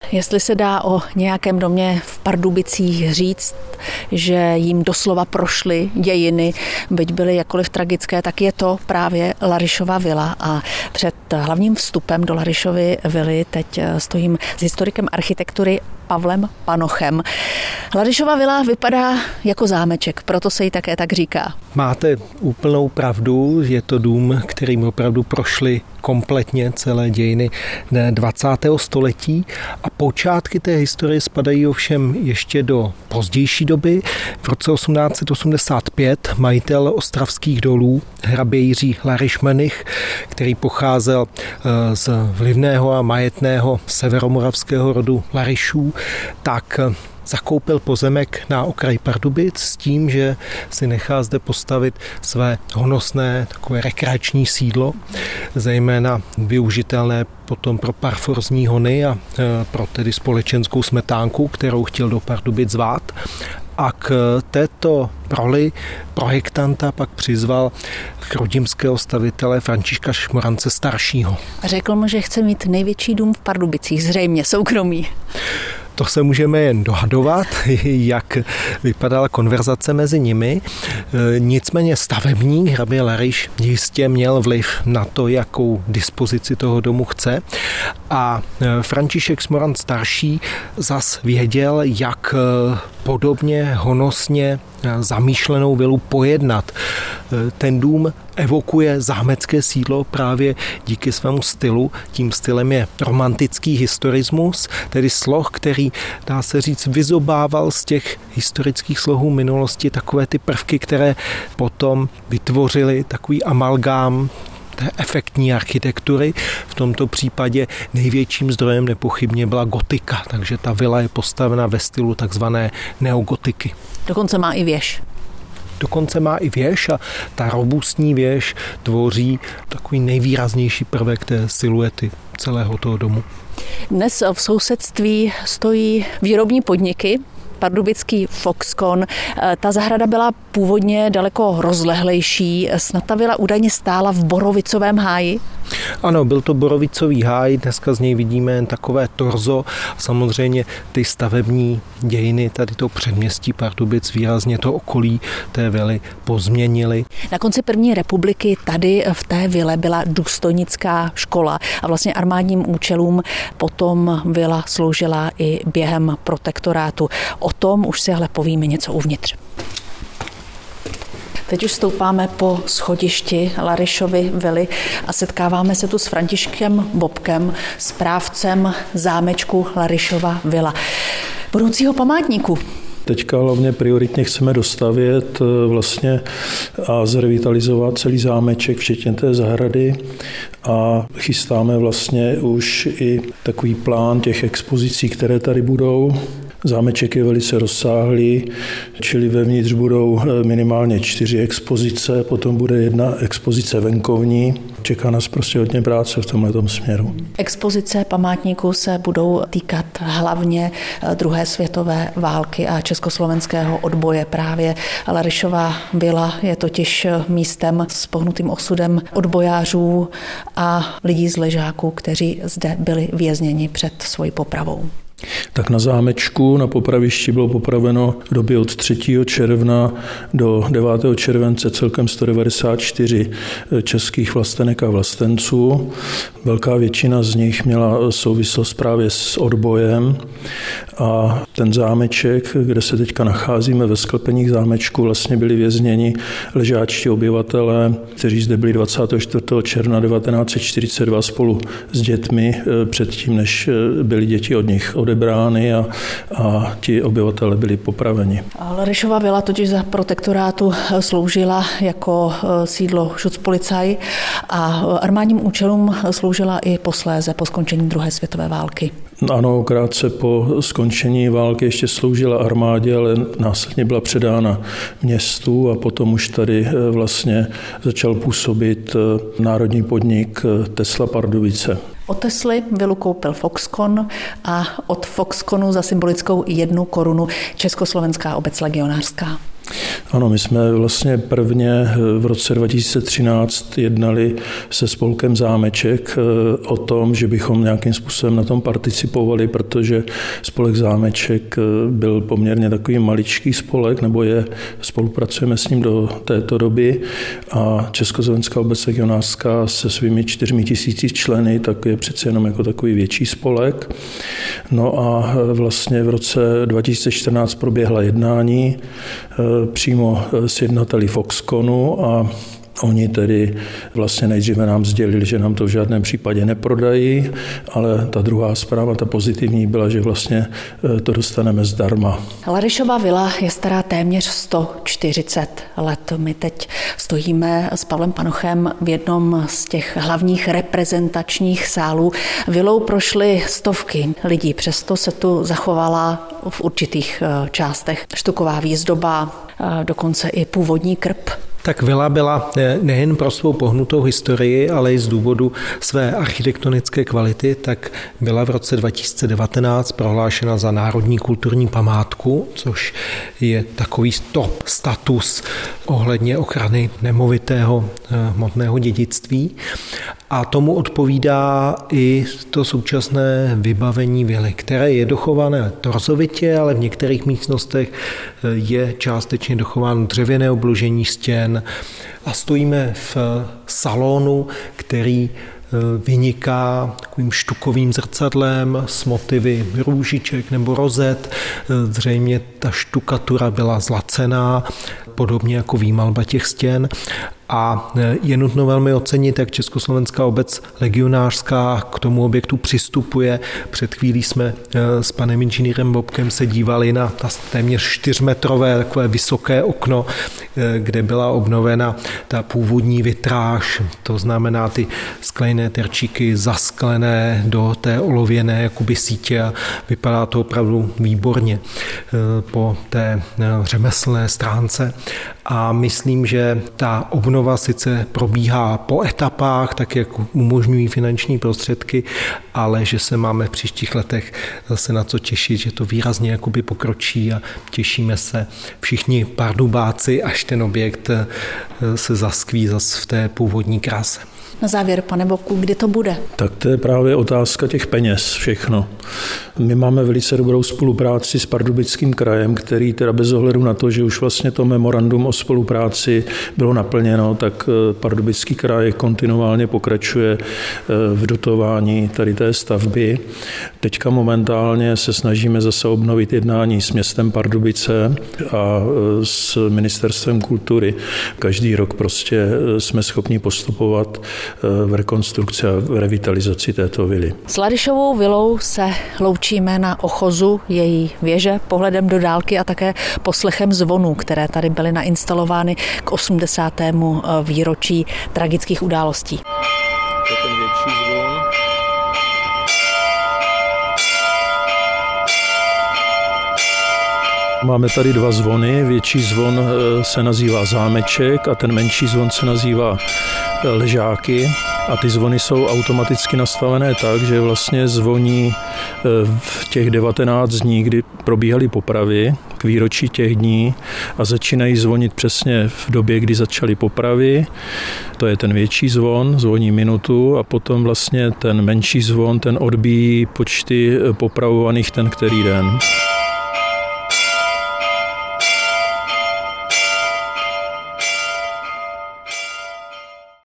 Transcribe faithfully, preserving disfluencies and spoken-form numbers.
Jestli se dá o nějakém domě v Pardubicích říct, že jim doslova prošly dějiny, byť byly jakkoliv tragické, tak je to právě Laryšova vila. A před hlavním vstupem do Laryšovy vily teď stojím s historikem architektury Pavlem Panochem. Laryšova vila vypadá jako zámeček, proto se jí také tak říká. Máte úplnou pravdu, je to dům, kterým opravdu prošly kompletně celé dějiny dvacátého století a počátky té historie spadají ovšem ještě do pozdější doby. V roce osmnáct set osmdesát pět majitel ostravských dolů, hrabě Jiří Laryš-Mönich, který pocházel z vlivného a majetného severomoravského rodu Laryšů, tak zakoupil pozemek na okraji Pardubic s tím, že si nechá zde postavit své honosné takové rekreační sídlo, zejména využitelné potom pro parforzní hony a pro tedy společenskou smetánku, kterou chtěl do Pardubic zvát. A k této roli projektanta pak přizval chrudimského stavitele Františka Šmorance staršího. A řekl mu, že chce mít největší dům v Pardubicích, zřejmě soukromý. To se můžeme jen dohadovat, jak vypadala konverzace mezi nimi. Nicméně stavebník hrabě Laryš jistě měl vliv na to, jakou dispozici toho domu chce. A František Šmoranc starší zas věděl, jak podobně honosně zamýšlenou vilu pojednat. Ten dům evokuje zámecké sídlo právě díky svému stylu. Tím stylem je romantický historismus, tedy sloh, který, dá se říct, vyzobával z těch historických slohů minulosti takové ty prvky, které potom vytvořily takový amalgám té efektní architektury. V tomto případě největším zdrojem nepochybně byla gotika, takže ta vila je postavena ve stylu takzvané neogotiky. Dokonce má i věž. Dokonce má i věž a ta robustní věž tvoří takový nejvýraznější prvek té siluety celého toho domu. Dnes v sousedství stojí výrobní podniky, pardubický Foxconn. Ta zahrada byla původně daleko rozlehlejší. Snad ta vila údajně stála v Borovicovém háji? Ano, byl to Borovicový háj, dneska z něj vidíme jen takové torzo. Samozřejmě ty stavební dějiny, tady to předměstí Pardubic výrazně to okolí té vily pozměnily. Na konci první republiky tady v té vile byla důstojnická škola a vlastně armádním účelům potom vila sloužila i během protektorátu. O tom už si ale povíme něco uvnitř. Teď už stoupáme po schodišti Laryšovy vily a setkáváme se tu s Františkem Bobkem, správcem zámečku Laryšova vila, budoucího památníku. Teďka hlavně prioritně chceme dostavět vlastně a zrevitalizovat celý zámeček, včetně té zahrady a chystáme vlastně už i takový plán těch expozicí, které tady budou. Zámeček je velice rozsáhlý, čili vevnitř budou minimálně čtyři expozice, potom bude jedna expozice venkovní. Čeká nás prostě hodně práce v tomhletom směru. Expozice památníků se budou týkat hlavně druhé světové války a československého odboje. Právě Laryšova vila je totiž místem s pohnutým osudem odbojářů a lidí z Ležáků, kteří zde byli vězněni před svojí popravou. Tak na zámečku na popravišti bylo popraveno v době od třetího června do devátého července celkem sto devadesát čtyři českých vlastenek a vlastenců. Velká většina z nich měla souvislost právě s odbojem a ten zámeček, kde se teďka nacházíme ve sklepeních zámečku, vlastně byli vězněni ležáčtí obyvatelé, kteří zde byli dvacátého čtvrtého června devatenáct set čtyřicet dva spolu s dětmi předtím, než byly děti od nich odebrány a, a ti obyvatelé byli popraveni. Laryšova vila totiž za protektorátu sloužila jako sídlo Schutzpolizei a armádním účelům sloužila i posléze po skončení druhé světové války. Ano, krátce po skončení války ještě sloužila armádě, ale následně byla předána městu a potom už tady vlastně začal působit národní podnik Tesla Pardubice. Od Tesly vilu koupil Foxconn a od Foxconnu za symbolickou jednu korunu Československá obec legionářská. Ano, my jsme vlastně prvně v roce dva tisíce třináct jednali se spolkem Zámeček o tom, že bychom nějakým způsobem na tom participovali, protože spolek Zámeček byl poměrně takový maličký spolek, nebo je, spolupracujeme s ním do této doby a Československá obec legionářská se svými čtyřmi tisíci členy, tak je přece jenom jako takový větší spolek. No a vlastně v roce dva tisíce čtrnáct proběhla jednání přímo s jednateli Foxconu a oni tedy vlastně nejdříve nám sdělili, že nám to v žádném případě neprodají, ale ta druhá zpráva, ta pozitivní, byla, že vlastně to dostaneme zdarma. Laryšova vila je stará téměř sto čtyřicet let. My teď stojíme s Pavlem Panochem v jednom z těch hlavních reprezentačních sálů. Vilou prošly stovky lidí, přesto se tu zachovala v určitých částech štuková výzdoba, dokonce i původní krb. Tak vila byla nejen pro svou pohnutou historii, ale i z důvodu své architektonické kvality, tak byla v roce dva tisíce devatenáct prohlášena za národní kulturní památku, což je takový top status ohledně ochrany nemovitého hmotného dědictví. A tomu odpovídá i to současné vybavení vily, které je dochované torzovitě, ale v některých místnostech je částečně dochováno dřevěné obložení stěn. A stojíme v salonu, který vyniká takovým štukovým zrcadlem s motivy růžiček nebo rozet. Zřejmě ta štukatura byla zlacená, podobně jako výmalba těch stěn. A je nutno velmi ocenit, jak Československá obec legionářská k tomu objektu přistupuje. Před chvílí jsme s panem inženýrem Bobkem se dívali na téměř čtyřmetrové takové vysoké okno, kde byla obnovena ta původní vitráž, to znamená ty skleněné terčíky zasklené do té olověné jakoby sítě a vypadá to opravdu výborně po té řemeslné stránce. A myslím, že ta obnova sice probíhá po etapách, tak jak umožňují finanční prostředky, ale že se máme v příštích letech zase na co těšit, že to výrazně jakoby pokročí a těšíme se všichni pardubáci, až ten objekt se zaskví zase v té původní kráse. Na závěr, pane Bobku, kdy to bude? Tak to je právě otázka těch peněz, všechno. My máme velice dobrou spolupráci s Pardubickým krajem, který teda bez ohledu na to, že už vlastně to memorandum o spolupráci bylo naplněno, tak Pardubický kraj kontinuálně pokračuje v dotování tady té stavby. Teďka momentálně se snažíme zase obnovit jednání s městem Pardubice a s Ministerstvem kultury. Každý rok prostě jsme schopni postupovat v rekonstrukci a v revitalizaci této vily. S Laryšovou vilou se loučíme na ochozu její věže pohledem do dálky a také poslechem zvonů, které tady byly nainstalovány k osmdesátému výročí tragických událostí. To je ten větší zvon. Máme tady dva zvony. Větší zvon se nazývá Zámeček a ten menší zvon se nazývá Ležáky. A ty zvony jsou automaticky nastavené tak, že vlastně zvoní v těch devatenáct dní, kdy probíhaly popravy, k výročí těch dní a začínají zvonit přesně v době, kdy začaly popravy. To je ten větší zvon, zvoní minutu a potom vlastně ten menší zvon, ten odbíjí počty popravovaných ten který den.